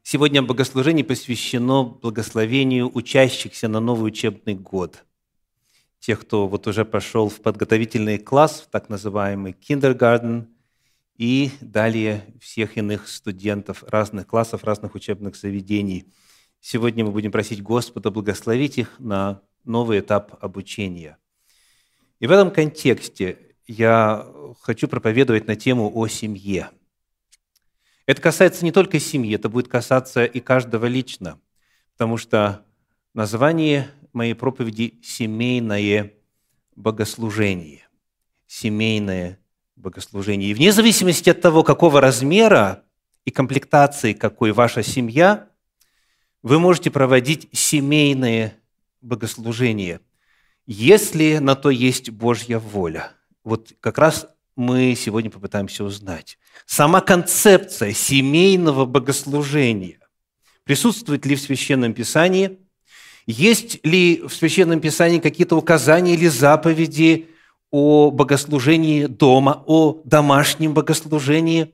Сегодня богослужение посвящено благословению учащихся на новый учебный год. Тех, кто уже пошел в подготовительный класс, в так называемый kindergarten, и далее всех иных студентов разных классов, разных учебных заведений. Сегодня мы будем просить Господа благословить их на новый этап обучения. И в этом контексте я хочу проповедовать на тему о семье. Это касается не только семьи, это будет касаться и каждого лично, потому что название моей проповеди «Семейное богослужение». Семейное богослужение. И вне зависимости от того, какого размера и комплектации какой ваша семья, вы можете проводить семейное богослужение, если на то есть Божья воля. Вот как раз мы сегодня попытаемся узнать. Сама концепция семейного богослужения присутствует ли в Священном Писании? Есть ли в Священном Писании какие-то указания или заповеди о богослужении дома, о домашнем богослужении?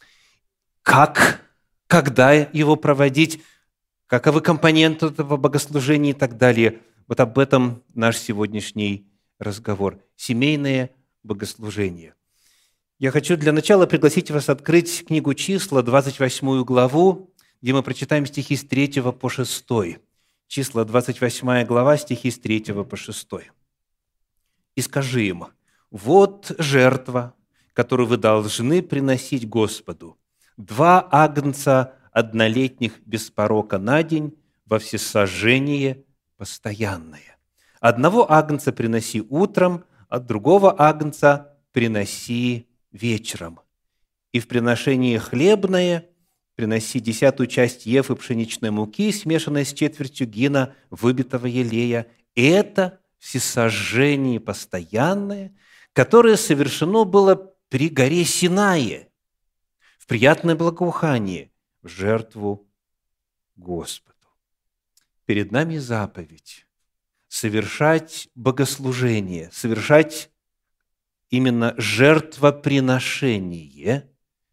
Как, когда его проводить? Каковы компоненты этого богослужения и так далее? Вот об этом наш сегодняшний разговор. Семейное богослужение. Я хочу для начала пригласить вас открыть книгу «Числа», 28 главу, где мы прочитаем стихи с 3 по 6. Числа, 28 глава, стихи с 3 по 6. «И скажи им: вот жертва, которую вы должны приносить Господу, 2 агнца однолетних без порока на день во всесожжение постоянное. Одного агнца приноси утром, а другого агнца приноси вечером. И в приношение хлебное приноси 10 часть ефы пшеничной муки, смешанной с четвертью гина выбитого елея. Это всесожжение постоянное, которое совершено было при горе Синае, в приятное благоухание, в жертву Господу». Перед нами заповедь совершать богослужение, совершать именно жертвоприношение,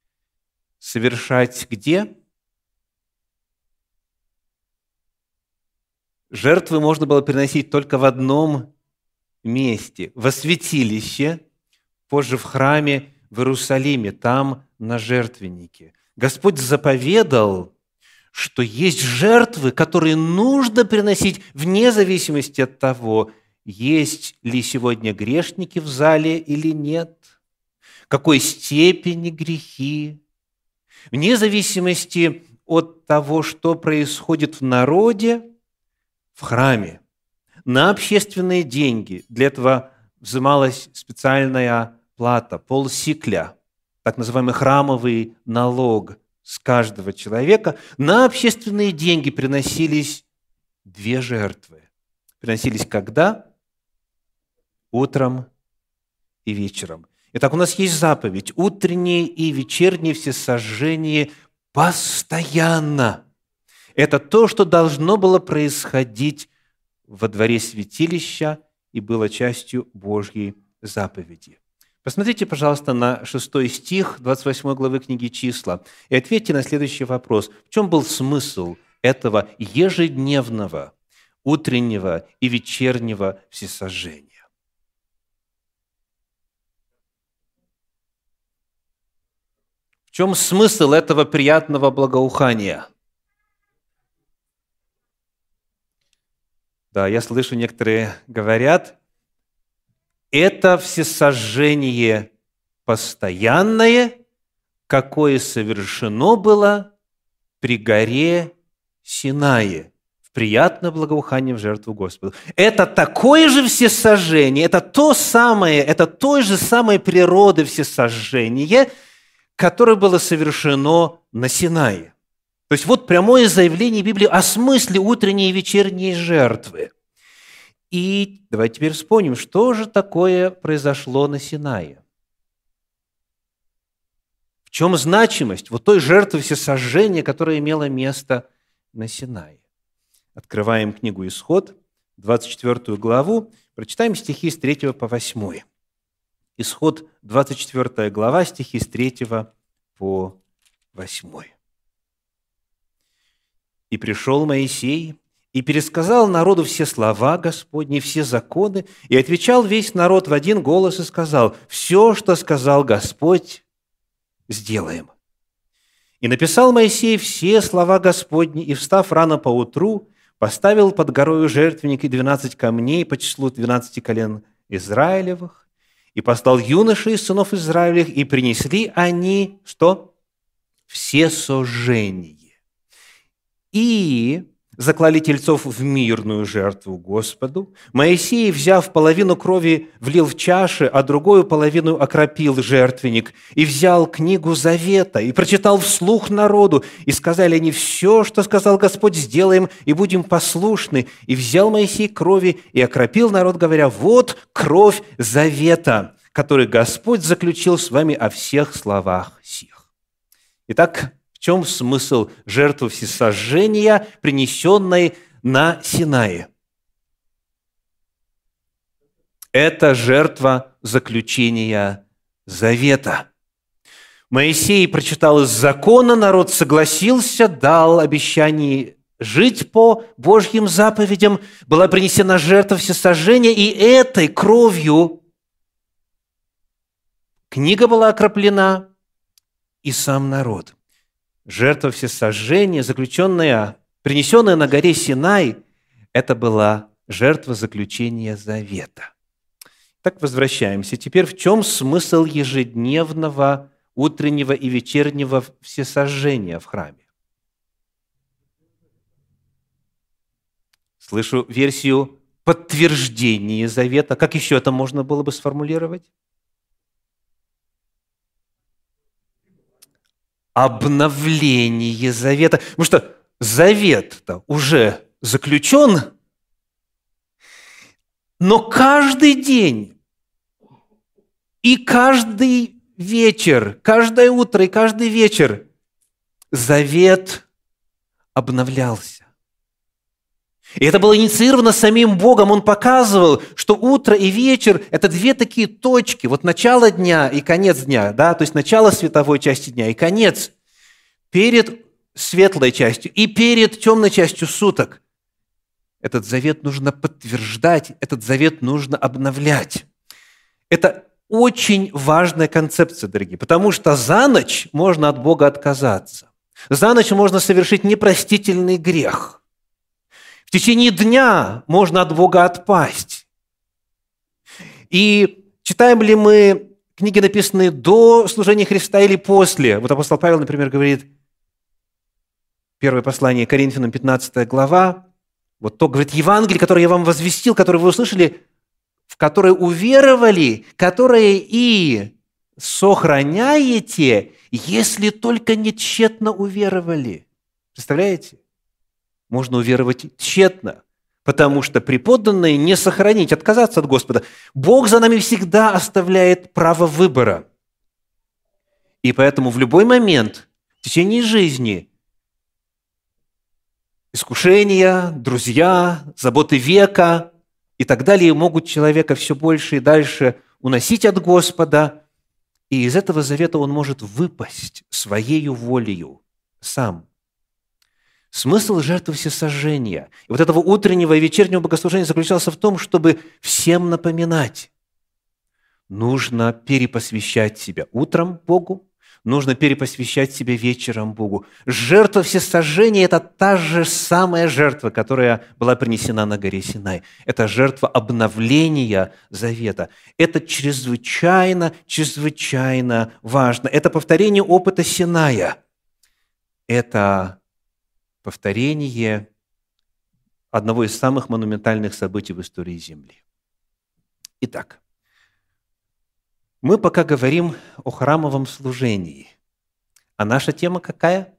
совершать где? Жертвы можно было приносить только в одном месте, во святилище, позже в храме в Иерусалиме, там на жертвеннике. Господь заповедал, что есть жертвы, которые нужно приносить вне зависимости от того, есть ли сегодня грешники в зале или нет, какой степени грехи, вне зависимости от того, что происходит в народе, в храме. На общественные деньги для этого взималась специальная плата, полсикля, так называемый храмовый налог с каждого человека. На общественные деньги приносились 2 жертвы. Приносились когда? Утром и вечером. Итак, у нас есть заповедь: утреннее и вечернее всесожжение постоянно. Это то, что должно было происходить во дворе святилища и было частью Божьей заповеди. Посмотрите, пожалуйста, на 6 стих 28 главы книги «Числа» и ответьте на следующий вопрос. В чем был смысл этого ежедневного, утреннего и вечернего всесожжения? В чем смысл этого приятного благоухания? Да, я слышу, некоторые говорят, это всесожжение постоянное, какое совершено было при горе Синае, в приятное благоухание в жертву Господу. Это такое же всесожжение, это той же самой природы всесожжение, которое было совершено на Синае. То есть вот прямое заявление Библии о смысле утренней и вечерней жертвы. И давайте теперь вспомним, что же такое произошло на Синае. В чем значимость вот той жертвы всесожжения, которая имела место на Синае? Открываем книгу «Исход», 24 главу, прочитаем стихи с 3 по 8. Исход, 24 глава, стихи с 3 по 8. пришел Моисей, и пересказал народу все слова Господни, все законы, и отвечал весь народ в один голос и сказал: «Все, что сказал Господь, сделаем». И написал Моисей все слова Господни, и, встав рано поутру, поставил под горою жертвенник и 12 камней по числу 12 колен Израилевых, и послал юношей из сынов Израилевых, и принесли они, что? Все сожжения. И заклали тельцов в мирную жертву Господу. Моисей, взяв половину крови, влил в чаши, а другую половину окропил жертвенник, и взял книгу Завета, и прочитал вслух народу, и сказали они: «Все, что сказал Господь, сделаем, и будем послушны». И взял Моисей крови, и окропил народ, говоря: «Вот кровь Завета, который Господь заключил с вами о всех словах сих». Итак, в чем смысл жертвы всесожжения, принесенной на Синае? Это жертва заключения завета. Моисей прочитал из закона, народ согласился, дал обещание жить по Божьим заповедям, была принесена жертва всесожжения, и этой кровью книга была окроплена, и сам народ. Жертва всесожжения, принесенная на горе Синай, это была жертва заключения завета. Так, возвращаемся. Теперь в чем смысл ежедневного, утреннего и вечернего всесожжения в храме? Слышу версию подтверждения завета. Как еще это можно было бы сформулировать? Обновление завета. Потому что завет-то уже заключен, но каждый день и каждый вечер, каждое утро и каждый вечер завет обновлялся. И это было инициировано самим Богом. Он показывал, что утро и вечер – это две такие точки. Вот начало дня и конец дня, да? То есть начало световой части дня и конец. Перед светлой частью и перед темной частью суток. Этот завет нужно подтверждать, этот завет нужно обновлять. Это очень важная концепция, дорогие, потому что за ночь можно от Бога отказаться. За ночь можно совершить непростительный грех. В течение дня можно от Бога отпасть. И читаем ли мы книги, написанные до служения Христа или после? Вот апостол Павел, например, говорит, первое послание Коринфянам, 15 глава, вот то, говорит, Евангелие, которое я вам возвестил, которое вы услышали, в которое уверовали, которое и сохраняете, если только не тщетно уверовали. Представляете? Можно уверовать тщетно, потому что преподданные не сохранить, отказаться от Господа. Бог за нами всегда оставляет право выбора. И поэтому в любой момент в течение жизни искушения, друзья, заботы века и так далее могут человека все больше и дальше уносить от Господа, и из этого завета он может выпасть своею волею сам. Смысл жертвы всесожжения и вот этого утреннего и вечернего богослужения заключался в том, чтобы всем напоминать. Нужно перепосвящать себя утром Богу, нужно перепосвящать себя вечером Богу. Жертва всесожжения – это та же самая жертва, которая была принесена на горе Синай. Это жертва обновления завета. Это чрезвычайно, чрезвычайно важно. Это повторение опыта Синая. Это повторение одного из самых монументальных событий в истории Земли. Итак, мы пока говорим о храмовом служении. А наша тема какая?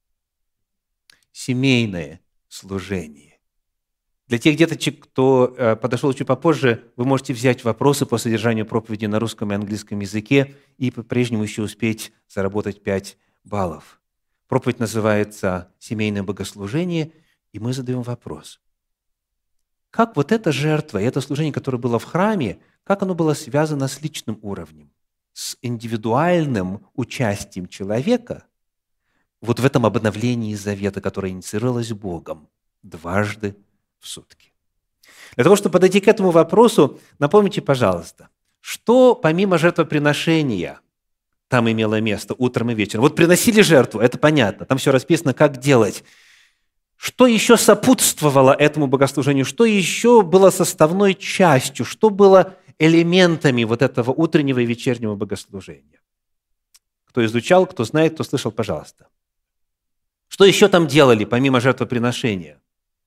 Семейное служение. Для тех деточек, кто подошел чуть попозже, вы можете взять вопросы по содержанию проповеди на русском и английском языке и по-прежнему еще успеть заработать 5 баллов. Проповедь называется «Семейное богослужение», и мы задаем вопрос. Как вот эта жертва, это служение, которое было в храме, как оно было связано с личным уровнем, с индивидуальным участием человека вот в этом обновлении завета, которое инициировалось Богом дважды в сутки. Для того, чтобы подойти к этому вопросу, напомните, пожалуйста, что помимо жертвоприношения там имело место утром и вечером? Вот приносили жертву, это понятно, там все расписано, как делать. Что еще сопутствовало этому богослужению? Что еще было составной частью? Что было элементами вот этого утреннего и вечернего богослужения? Кто изучал, кто знает, кто слышал, пожалуйста. Что еще там делали, помимо жертвоприношения?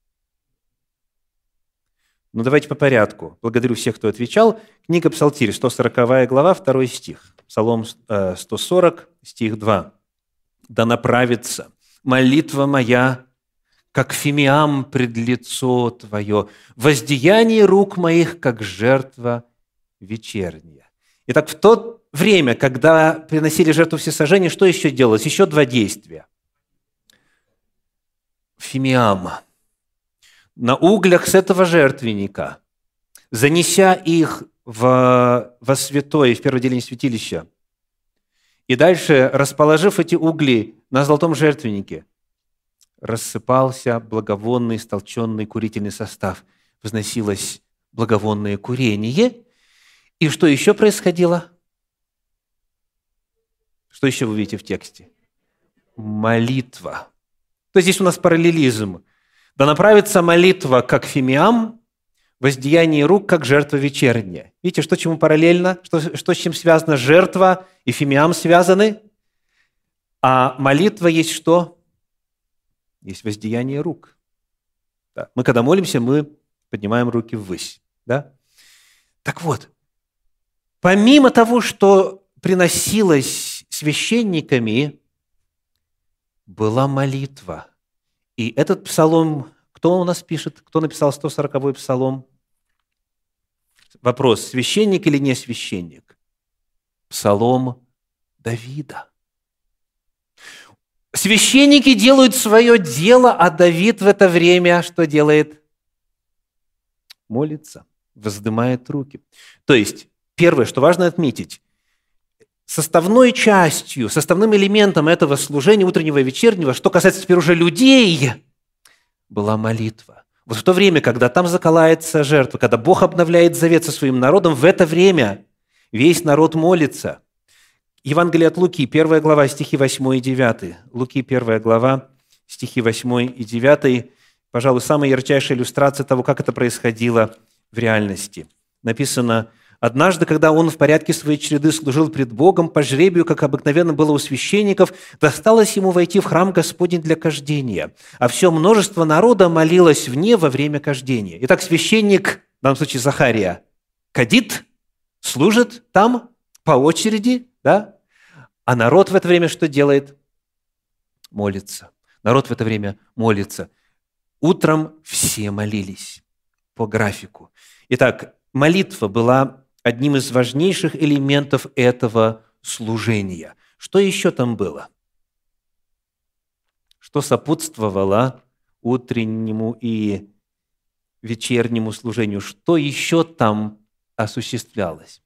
Ну, давайте по порядку. Благодарю всех, кто отвечал. Книга Псалтирь, 140 глава, 2 стих. Псалом 140, стих 2. «Да направится молитва моя, как фимиам пред лицо Твое, воздеяние рук моих, как жертва вечерняя». Итак, в то время, когда приносили жертву всесожжения, что еще делалось? Еще два действия. Фимиам. На углях с этого жертвенника, занеся их во святое, в первое деление святилища, и дальше, расположив эти угли на золотом жертвеннике, рассыпался благовонный, столченный курительный состав, возносилось благовонное курение. И что еще происходило? Что еще вы видите в тексте? Молитва. То есть здесь у нас параллелизм. «Да направится молитва, как фимиам, воздеяние рук, как жертва вечерняя». Видите, что чему параллельно? Что с чем связана жертва и фимиам связаны? А молитва есть что? Есть воздеяние рук. Да. Мы, когда молимся, мы поднимаем руки ввысь. Да? Так вот, помимо того, что приносилось священниками, была молитва. И этот псалом, кто у нас пишет? Кто написал 140-й псалом? Вопрос, священник или не священник? Псалом Давида. Священники делают свое дело, а Давид в это время что делает? Молится, воздымает руки. То есть, первое, что важно отметить, составной частью, составным элементом этого служения утреннего и вечернего, что касается теперь уже людей, была молитва. Вот в то время, когда там заколается жертва, когда Бог обновляет завет со своим народом, в это время весь народ молится. Евангелие от Луки, 1 глава, стихи 8 и 9. Луки, 1 глава, стихи 8 и 9. Пожалуй, самая ярчайшая иллюстрация того, как это происходило в реальности. Написано: «Однажды, когда он в порядке своей череды служил пред Богом, по жребию, как обыкновенно было у священников, досталось ему войти в храм Господень для кождения, а все множество народа молилось вне во время кождения». Итак, священник, в данном случае Захария, кадит, служит там по очереди, да? А народ в это время что делает? Молится. Народ в это время молится. Утром все молились по графику. Итак, молитва была одним из важнейших элементов этого служения. Что еще там было? Что сопутствовало утреннему и вечернему служению? Что еще там осуществлялось?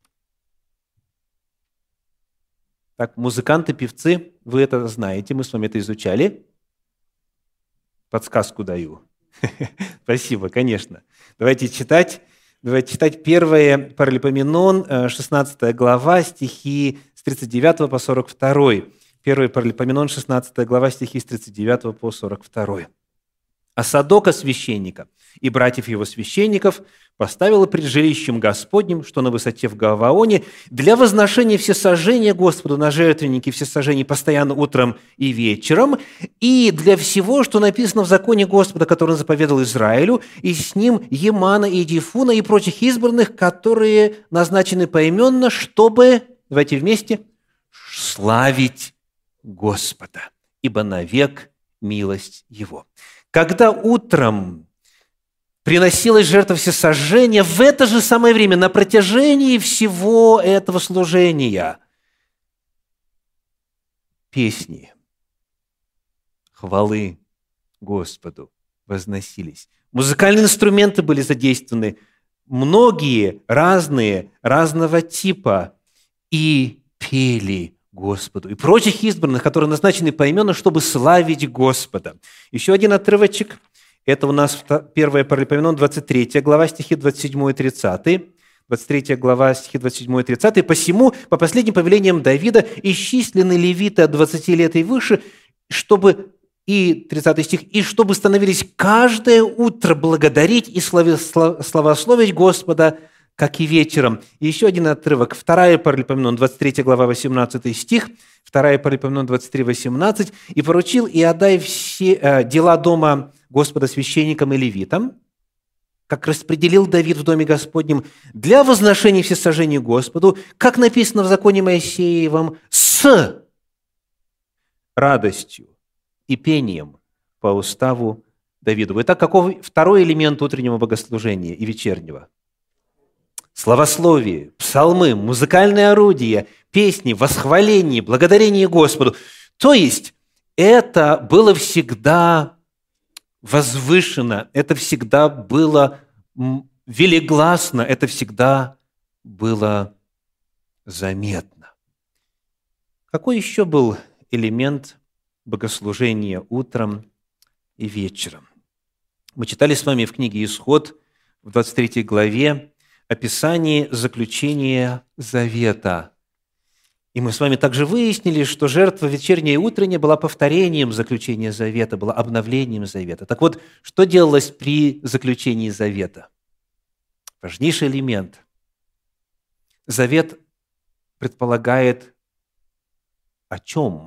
Так, музыканты, певцы, вы это знаете, мы с вами это изучали. Подсказку даю. Спасибо, конечно. Давайте читать 1 Паралипоменон, 16 глава, стихи с 39 по 42. 1 Паралипоменон, 16 глава, стихи с 39 по 42. «А Садока священника и братьев его священников поставила пред жилищем Господним, что на высоте в Гаваоне, для возношения всесожжения Господу на жертвеннике всесожжений постоянно утром и вечером, и для всего, что написано в законе Господа, который он заповедал Израилю, и с ним Емана и Едифуна и прочих избранных, которые назначены поименно, чтобы, давайте вместе, славить Господа, ибо навек милость Его». Когда утром приносилась жертва всесожжения, в это же самое время, на протяжении всего этого служения, песни, хвалы Господу возносились. Музыкальные инструменты были задействованы, многие разные, разного типа, и пели Господу, и прочих избранных, которые назначены поименно, чтобы славить Господа. Еще один отрывочек. Это у нас 1 Паралипоменон, 23 глава, стихи 27 и 30. 23 глава, стихи 27 и 30. «Посему, по последним повелениям Давида, исчислены левиты от 20 лет и выше, чтобы...» И 30 стих. «И чтобы становились каждое утро благодарить и славословить Господа, как и вечером». И еще один отрывок. 2 Паралипоменон, 23 глава, 18 стих. 2 Паралипоменон, 23, 18. «И поручил Иодай все дела дома Господа священникам и левитам, как распределил Давид в доме Господнем, для возношения всесожжений Господу, как написано в законе Моисеевом, с радостью и пением по уставу Давидову». Итак, каков второй элемент утреннего богослужения и вечернего? Славословие, псалмы, музыкальные орудия, песни, восхваление, благодарение Господу. То есть это было всегда возвышено, это всегда было велигласно, это всегда было заметно. Какой еще был элемент богослужения утром и вечером? Мы читали с вами в книге «Исход» в 23 главе описание заключения завета. И мы с вами также выяснили, что жертва вечерняя и утренняя была повторением заключения завета, была обновлением завета. Так вот, что делалось при заключении завета? Важнейший элемент. Завет предполагает о чем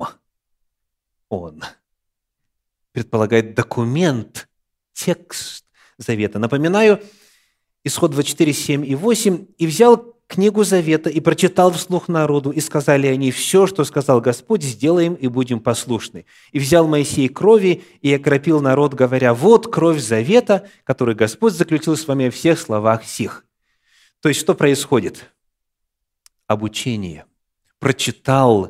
он? Предполагает документ, текст завета. Напоминаю, Исход 24, 7 и 8. «И взял книгу завета и прочитал вслух народу, и сказали они: все, что сказал Господь, сделаем и будем послушны. И взял Моисей крови и окропил народ, говоря: вот кровь завета, который Господь заключил с вами о всех словах сих». То есть, что происходит? Обучение. Прочитал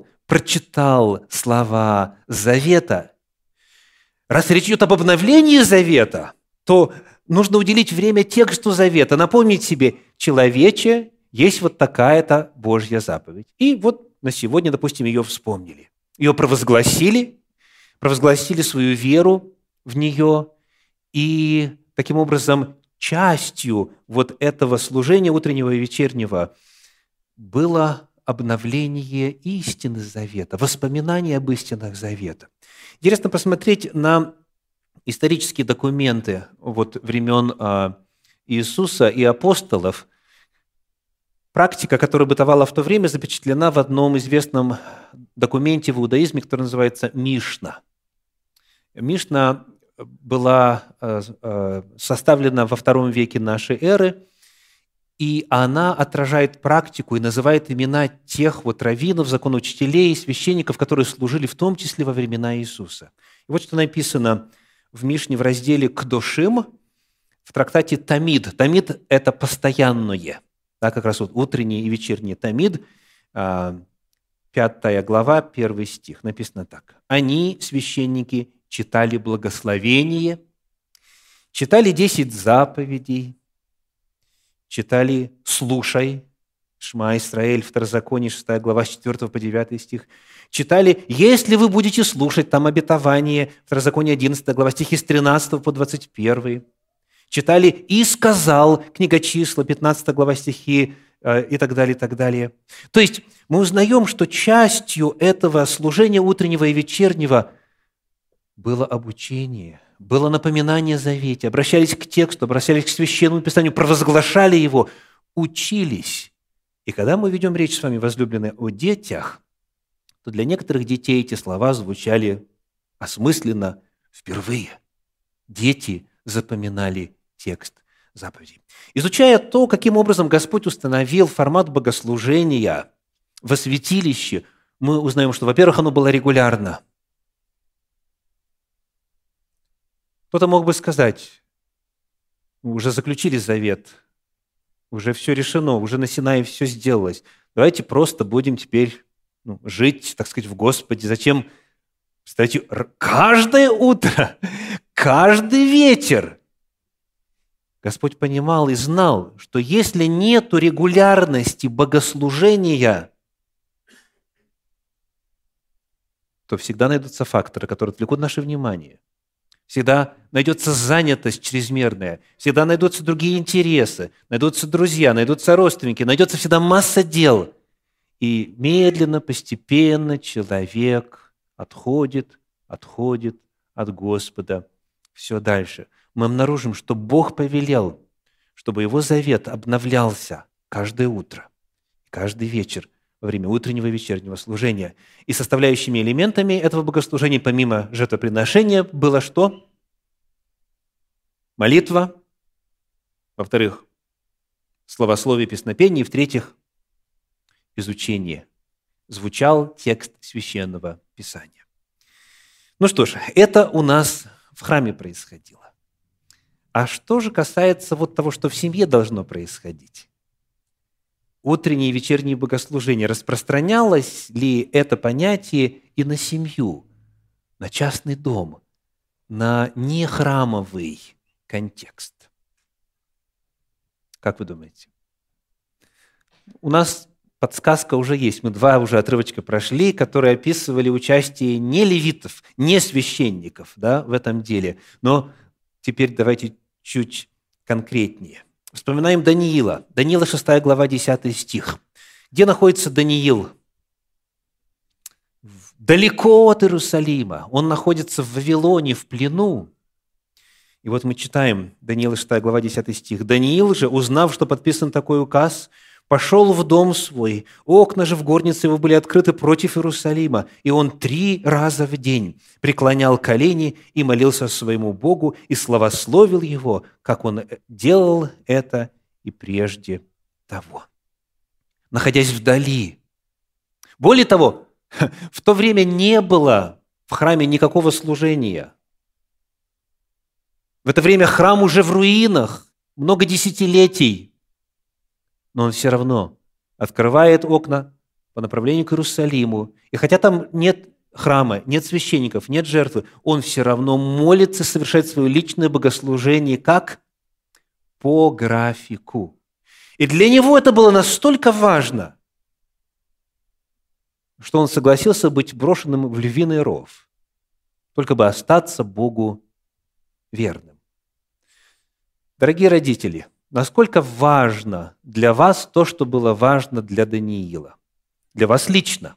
слова завета. Раз речь идет об обновлении завета, то нужно уделить время тексту завета, напомнить себе: человече, есть вот такая-то Божья заповедь. И вот на сегодня, допустим, ее вспомнили. Ее провозгласили свою веру в нее, и таким образом частью вот этого служения утреннего и вечернего было обновление истины завета, воспоминание об истинах завета. Интересно посмотреть на исторические документы вот времен Иисуса и апостолов. Практика, которая бытовала в то время, запечатлена в одном известном документе в иудаизме, который называется Мишна. Мишна была составлена во II веке нашей эры, и она отражает практику и называет имена тех вот раввинов, законоучителей, священников, которые служили в том числе во времена Иисуса. И вот что написано в Мишне в разделе «Кдошим» в трактате «Тамид». «Тамид» – это постоянное. Да, как раз вот утреннее и вечернее «Тамид», 5 глава, 1 стих. Написано так. «Они, священники, читали благословение, читали 10 заповедей, читали «Слушай», Шма Исраэль, Второзаконие, 6 глава, с 4 по 9 стих. Читали «Если вы будете слушать», там обетование, Второзаконие, 11 глава, стихи с 13 по 21. Читали «И сказал», книга Числа, 15 глава, стихи и так далее, и так далее. То есть мы узнаем, что частью этого служения утреннего и вечернего было обучение, было напоминание о завете, обращались к тексту, обращались к Священному Писанию, провозглашали его, учились. И когда мы ведем речь с вами, возлюбленные, о детях, то для некоторых детей эти слова звучали осмысленно впервые. Дети запоминали текст заповедей. Изучая то, каким образом Господь установил формат богослужения во святилище, мы узнаем, что, во-первых, оно было регулярно. Кто-то мог бы сказать: уже заключили завет, уже все решено, уже на Синае все сделалось. Давайте просто будем теперь жить, так сказать, в Господе. Зачем, кстати, каждое утро, каждый вечер? Господь понимал и знал, что если нет регулярности богослужения, то всегда найдутся факторы, которые отвлекут наше внимание. Всегда найдется занятость чрезмерная, всегда найдутся другие интересы, найдутся друзья, найдутся родственники, найдется всегда масса дел. И медленно, постепенно человек отходит от Господа все дальше. Мы обнаружим, что Бог повелел, чтобы Его завет обновлялся каждое утро, каждый вечер во время утреннего и вечернего служения. И составляющими элементами этого богослужения, помимо жертвоприношения, было что? Молитва, во-вторых, словословие, песнопение, и в-третьих, изучение. Звучал текст Священного Писания. Ну что ж, это у нас в храме происходило. А что же касается вот того, что в семье должно происходить? Утренние и вечерние богослужения, распространялось ли это понятие и на семью, на частный дом, на нехрамовый контекст? Как вы думаете? У нас подсказка уже есть. Мы 2 уже отрывочка прошли, которые описывали участие не левитов, не священников, да, в этом деле. Но теперь давайте чуть конкретнее. Вспоминаем Даниила. Даниила 6 глава, 10 стих. Где находится Даниил? Далеко от Иерусалима. Он находится в Вавилоне, в плену. И вот мы читаем Даниила 6 глава, 10 стих. «Даниил же, узнав, что подписан такой указ, пошел в дом свой. Окна же в горнице его были открыты против Иерусалима, и он 3 раза в день преклонял колени и молился своему Богу и славословил его, как он делал это и прежде того». Находясь вдали. Более того, в то время не было в храме никакого служения. В это время храм уже в руинах, много десятилетий. Но он все равно открывает окна по направлению к Иерусалиму. И хотя там нет храма, нет священников, нет жертвы, он все равно молится, совершает свое личное богослужение как по графику. И для него это было настолько важно, что он согласился быть брошенным в львиный ров, только бы остаться Богу верным. Дорогие родители, насколько важно для вас то, что было важно для Даниила? Для вас лично.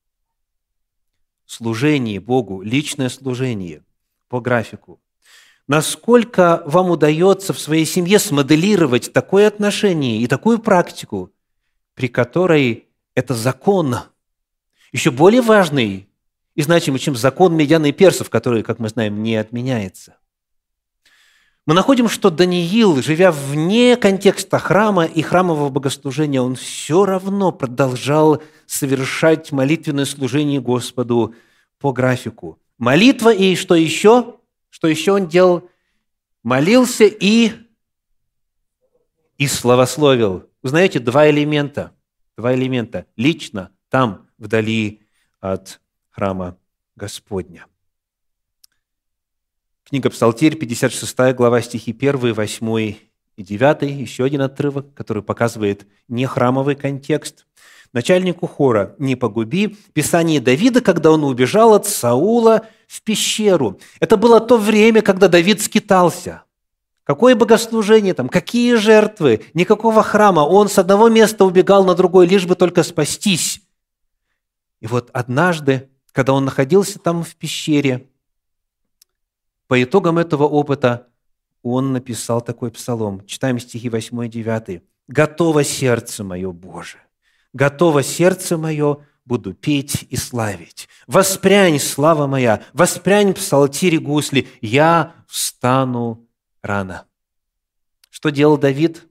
Служение Богу, личное служение по графику. Насколько вам удается в своей семье смоделировать такое отношение и такую практику, при которой это закон, еще более важный и значимый, чем закон медян и персов, который, как мы знаем, не отменяется. Мы находим, что Даниил, живя вне контекста храма и храмового богослужения, он все равно продолжал совершать молитвенное служение Господу по графику. Молитва и что еще? Что еще он делал? Молился и славословил. Вы знаете, 2 элемента. 2 элемента. Лично, там, вдали от храма Господня. Книга Псалтирь, 56 глава, стихи 1, 8 и 9, еще один отрывок, который показывает нехрамовый контекст. Начальнику хора «Не погуби» Писание Давида, когда он убежал от Саула в пещеру. Это было то время, когда Давид скитался. Какое богослужение там, какие жертвы, никакого храма. Он с одного места убегал на другое, лишь бы только спастись. И вот однажды, когда он находился там в пещере, по итогам этого опыта он написал такой псалом. Читаем стихи 8 и 9. «Готово сердце мое, Боже, готово сердце мое, буду петь и славить. Воспрянь, слава моя, воспрянь, псалтирь и гусли, я встану рано». Что делал Давид?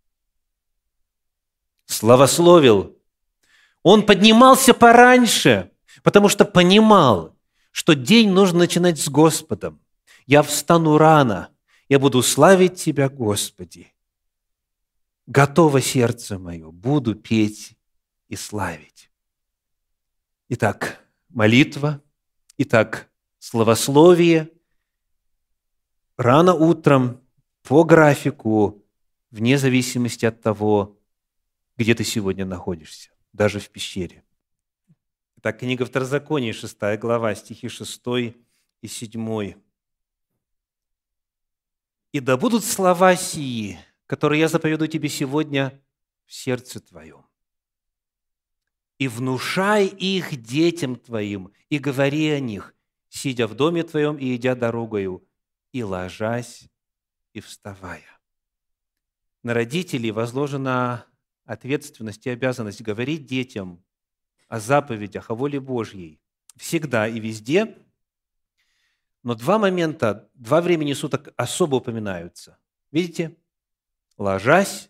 Славословил. Он поднимался пораньше, потому что понимал, что день нужно начинать с Господом. «Я встану рано, я буду славить Тебя, Господи. Готово сердце мое, буду петь и славить». Итак, молитва, итак, славословие, рано утром, по графику, вне зависимости от того, где ты сегодня находишься, даже в пещере. Так, книга Второзакония, 6 глава, стихи 6 и 7. «И да будут слова сии, которые я заповедую тебе сегодня в сердце твоем, и внушай их детям твоим, и говори о них, сидя в доме твоем и идя дорогою, и ложась, и вставая». На родителей возложена ответственность и обязанность говорить детям о заповедях, о воле Божьей всегда и везде. Но два момента, два времени суток особо упоминаются. Видите? Ложась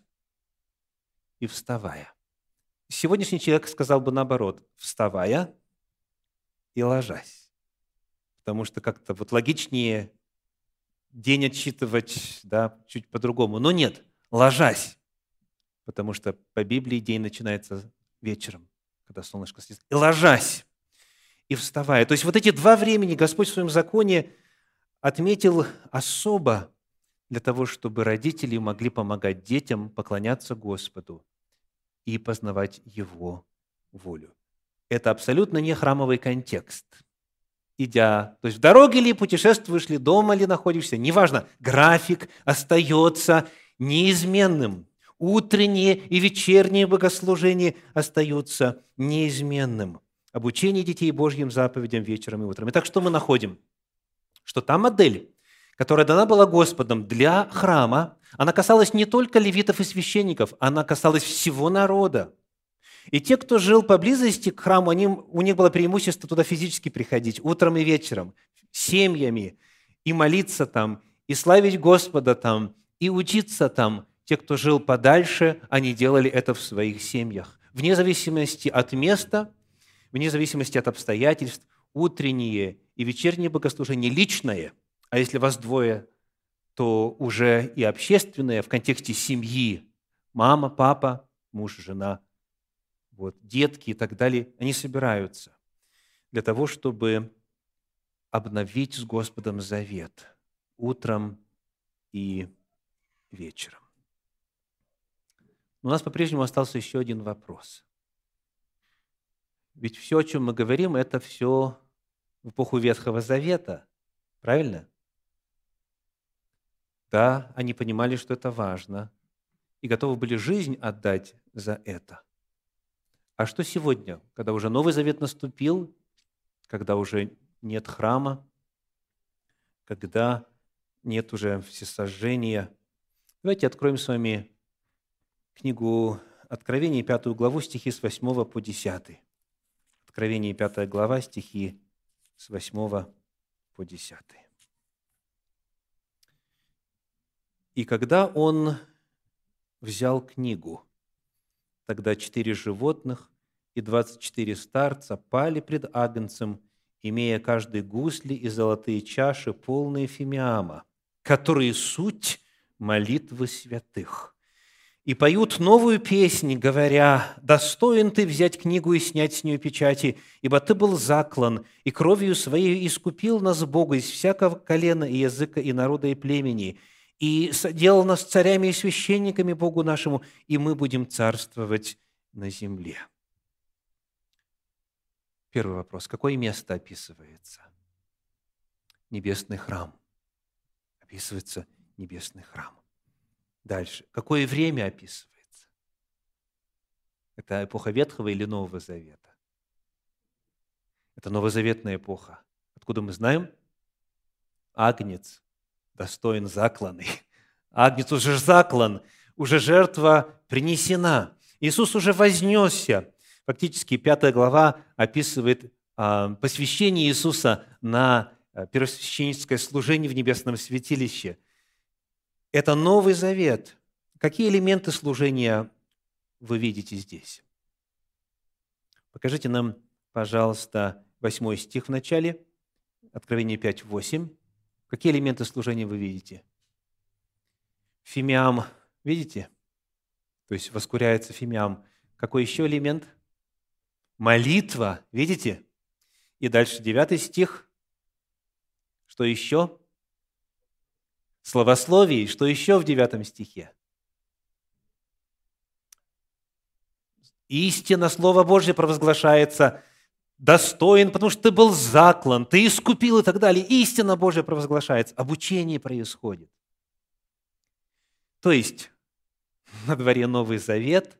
и вставая. Сегодняшний человек сказал бы наоборот: вставая и ложась. Потому что как-то вот логичнее день отсчитывать, да, чуть по-другому. Но нет, ложась. Потому что по Библии день начинается вечером, когда солнышко садится. И ложась, и вставая. То есть вот эти два времени Господь в своем законе отметил особо для того, чтобы родители могли помогать детям поклоняться Господу и познавать Его волю. Это абсолютно не храмовый контекст. Идя, то есть в дороге ли путешествуешь ли, дома ли находишься, неважно, график остается неизменным. Утренние и вечерние богослужения остаются неизменным. Обучение детей Божьим заповедям вечером и утром. Итак, что мы находим? Что та модель, которая дана была Господом для храма, она касалась не только левитов и священников, она касалась всего народа. И те, кто жил поблизости к храму, у них было преимущество туда физически приходить утром и вечером, семьями, и молиться там, и славить Господа там, и учиться там. Те, кто жил подальше, они делали это в своих семьях. Вне зависимости от места, вне зависимости от обстоятельств, утренние и вечерние богослужения личное, а если вас двое, то уже и общественное в контексте семьи, мама, папа, муж, жена, вот, детки и так далее, они собираются для того, чтобы обновить с Господом завет утром и вечером. Но у нас по-прежнему остался еще один вопрос. Ведь все, о чем мы говорим, это все в эпоху Ветхого Завета, правильно? Да, они понимали, что это важно, и готовы были жизнь отдать за это. А что сегодня, когда уже Новый Завет наступил, когда уже нет храма, когда нет уже всесожжения? Давайте откроем с вами книгу Откровения, 5 главу, стихи с 8 по 10. Откровение, 5 глава, стихи с 8 по 10. «И когда он взял книгу, тогда 4 животных и 24 старца пали пред Агнцем, имея каждый гусли и золотые чаши, полные фимиама, которые суть молитвы святых. И поют новую песнь, говоря: «Достоин ты взять книгу и снять с нее печати, ибо ты был заклан, и кровью своей искупил нас Бога из всякого колена и языка и народа и племени, и соделал нас царями и священниками Богу нашему, и мы будем царствовать на земле». Первый вопрос. Какое место описывается? Небесный храм. Описывается небесный храм. Дальше. Какое время описывается? Это эпоха Ветхого или Нового Завета? Это новозаветная эпоха. Откуда мы знаем? Агнец достоин закланный. Агнец уже заклан, уже жертва принесена. Иисус уже вознесся. Фактически 5 глава описывает посвящение Иисуса на первосвященническое служение в небесном святилище. Это Новый Завет. Какие элементы служения вы видите здесь? Покажите нам, пожалуйста, 8 стих в начале, Откровение 5:8. Какие элементы служения вы видите? Фимиам, видите? То есть воскуряется фимиам. Какой еще элемент? Молитва, видите? И дальше 9 стих. Что еще? Словословие. Что еще в 9 стихе? Истина, Слово Божье провозглашается. достоин, потому что ты был заклан, ты искупил и так далее. Истина Божья провозглашается, обучение происходит. То есть на дворе Новый Завет,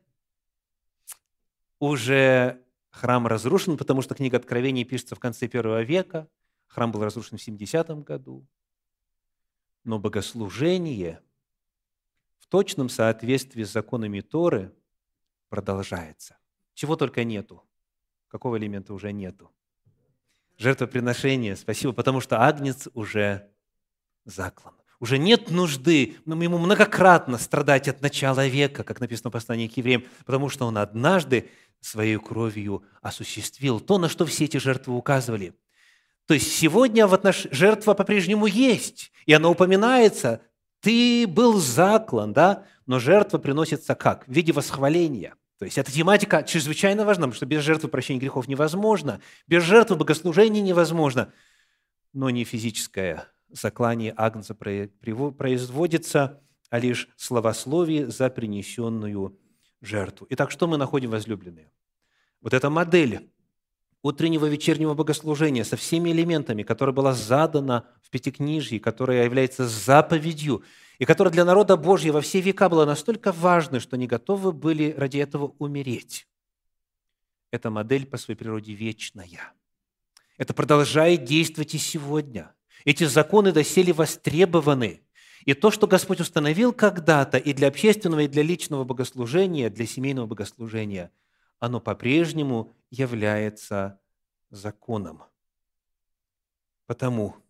уже храм разрушен, потому что книга Откровений пишется в конце первого века, храм был разрушен в 70-м году, но богослужение в точном соответствии с законами Торы продолжается. Чего только нету. Какого элемента уже нету? Жертвоприношение, спасибо, потому что агнец уже заклан. Уже нет нужды ему многократно страдать от начала века, как написано в послании к евреям, потому что он однажды своей кровью осуществил то, на что все эти жертвы указывали. То есть сегодня жертва по-прежнему есть, и она упоминается. Ты был заклан, да? Но жертва приносится как? В виде восхваления. То есть эта тематика чрезвычайно важна, потому что без жертвы прощения грехов невозможно, без жертвы богослужения невозможно, но не физическое заклание агнца производится, а лишь славословие за принесенную жертву. Итак, что мы находим, возлюбленные? Вот эта модель утреннего вечернего богослужения со всеми элементами, которая была задана в Пятикнижии, которая является заповедью, и которая для народа Божьего во все века была настолько важной, что они готовы были ради этого умереть. Эта модель по своей природе вечная. Это продолжает действовать и сегодня. Эти законы доселе востребованы. И то, что Господь установил когда-то и для общественного, и для личного богослужения, для семейного богослужения, оно по-прежнему является законом. Потому,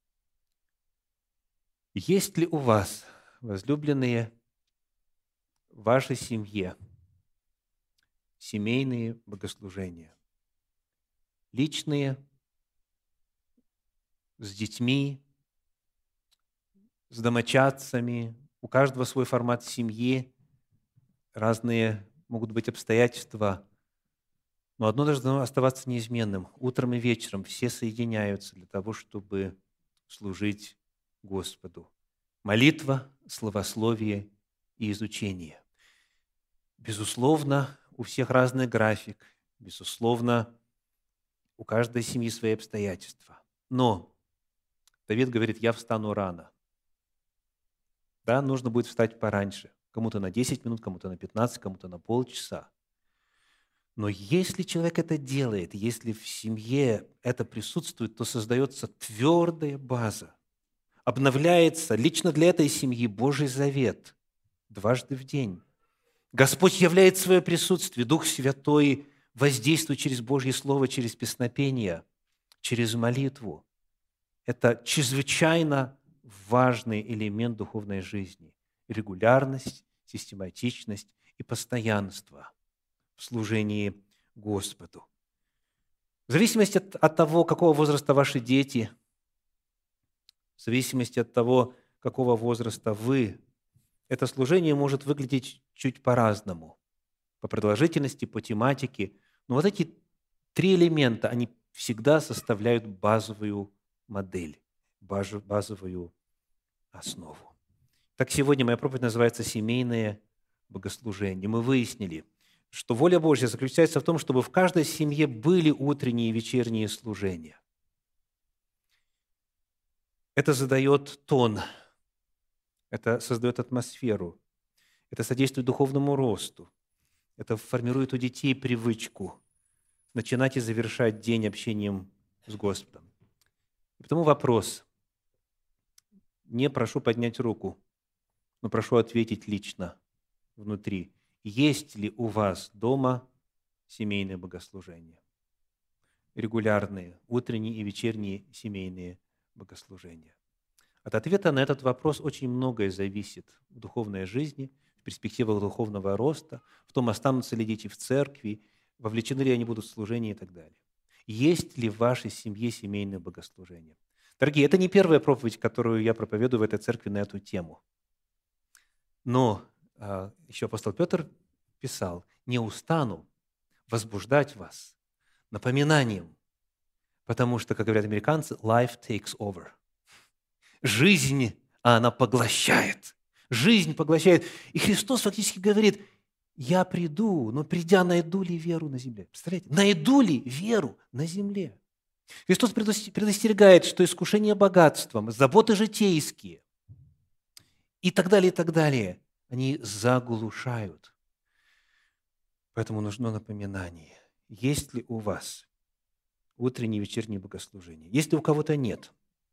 есть ли у вас, возлюбленные, в вашей семье семейные богослужения? Личные, с детьми, с домочадцами, у каждого свой формат семьи, разные могут быть обстоятельства, но одно должно оставаться неизменным. Утром и вечером все соединяются для того, чтобы служить Господу. Молитва, славословие и изучение. Безусловно, у всех разный график, безусловно, у каждой семьи свои обстоятельства. Но Давид говорит: я встану рано. Да, нужно будет встать пораньше. Кому-то на 10 минут, кому-то на 15, кому-то на полчаса. Но если человек это делает, если в семье это присутствует, то создается твердая база. Обновляется лично для этой семьи Божий завет дважды в день. Господь являет свое присутствие, Дух Святой воздействует через Божье Слово, через песнопение, через молитву. Это чрезвычайно важный элемент духовной жизни. Регулярность, систематичность и постоянство в служении Господу. В зависимости от того, какого возраста ваши дети, в зависимости от того, какого возраста вы, это служение может выглядеть чуть по-разному, по продолжительности, по тематике. Но вот эти три элемента, они всегда составляют базовую модель, базовую основу. Так сегодня моя проповедь называется «Семейное богослужение». Мы выяснили, что воля Божья заключается в том, чтобы в каждой семье были утренние и вечерние служения. Это задает тон, это создает атмосферу, это содействует духовному росту, это формирует у детей привычку начинать и завершать день общением с Господом. И потому вопрос. Не прошу поднять руку, но прошу ответить лично, внутри. Есть ли у вас дома семейные богослужения? Регулярные, утренние и вечерние семейные богослужения. От ответа на этот вопрос очень многое зависит в духовной жизни, в перспективах духовного роста, в том, останутся ли дети в церкви, вовлечены ли они будут в служение и так далее. Есть ли в вашей семье семейное богослужение? Дорогие, это не первая проповедь, которую я проповедую в этой церкви на эту тему. Но еще апостол Петр писал: «Не устану возбуждать вас напоминанием, потому что, как говорят американцы, life takes over». Жизнь, она поглощает. Жизнь поглощает. И Христос фактически говорит: Я приду, но придя, найду ли веру на земле? Представляете? Найду ли веру на земле? Христос предостерегает, что искушение богатством, заботы житейские и так далее, они заглушают. Поэтому нужно напоминание. Есть ли у вас утреннее и вечернее богослужение? Если у кого-то нет,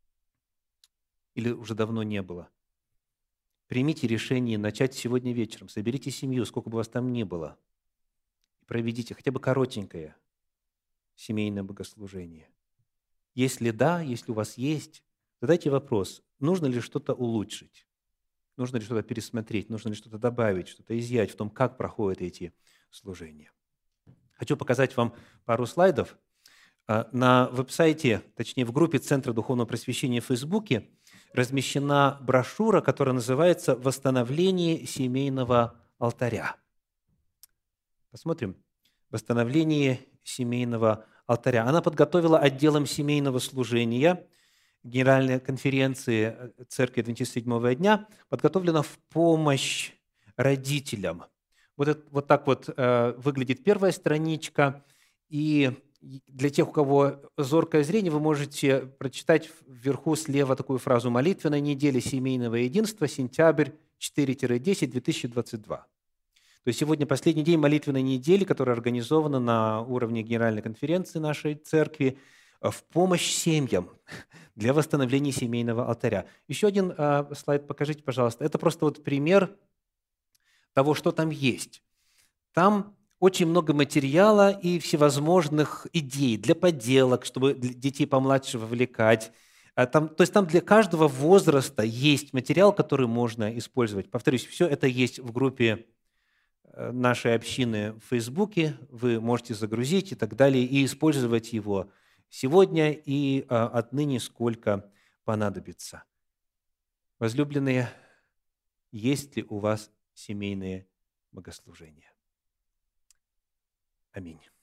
или уже давно не было, примите решение начать сегодня вечером. Соберите семью, сколько бы вас там ни было, и проведите хотя бы коротенькое семейное богослужение. Если да, если у вас есть, задайте вопрос, нужно ли что-то улучшить, нужно ли что-то пересмотреть, нужно ли что-то добавить, что-то изъять в том, как проходят эти служения. Хочу показать вам пару слайдов. На веб-сайте, точнее в группе Центра Духовного Просвещения в Фейсбуке размещена брошюра, которая называется «Восстановление семейного алтаря». Посмотрим. «Восстановление семейного алтаря». Она подготовила отделом семейного служения Генеральной конференции Церкви Адвентистов Седьмого дня, подготовлена в помощь родителям. Вот так вот выглядит первая страничка, и для тех, у кого зоркое зрение, вы можете прочитать вверху слева такую фразу «Молитвенная неделя семейного единства, сентябрь 4-10, 2022». То есть сегодня последний день молитвенной недели, которая организована на уровне Генеральной конференции нашей церкви в помощь семьям для восстановления семейного алтаря. Еще один слайд покажите, пожалуйста. Это просто вот пример того, что там есть. Там очень много материала и всевозможных идей для поделок, чтобы детей помладше вовлекать. То есть там для каждого возраста есть материал, который можно использовать. Повторюсь, все это есть в группе нашей общины в Фейсбуке. Вы можете загрузить и так далее, и использовать его сегодня и отныне сколько понадобится. Возлюбленные, есть ли у вас семейные богослужения? Аминь.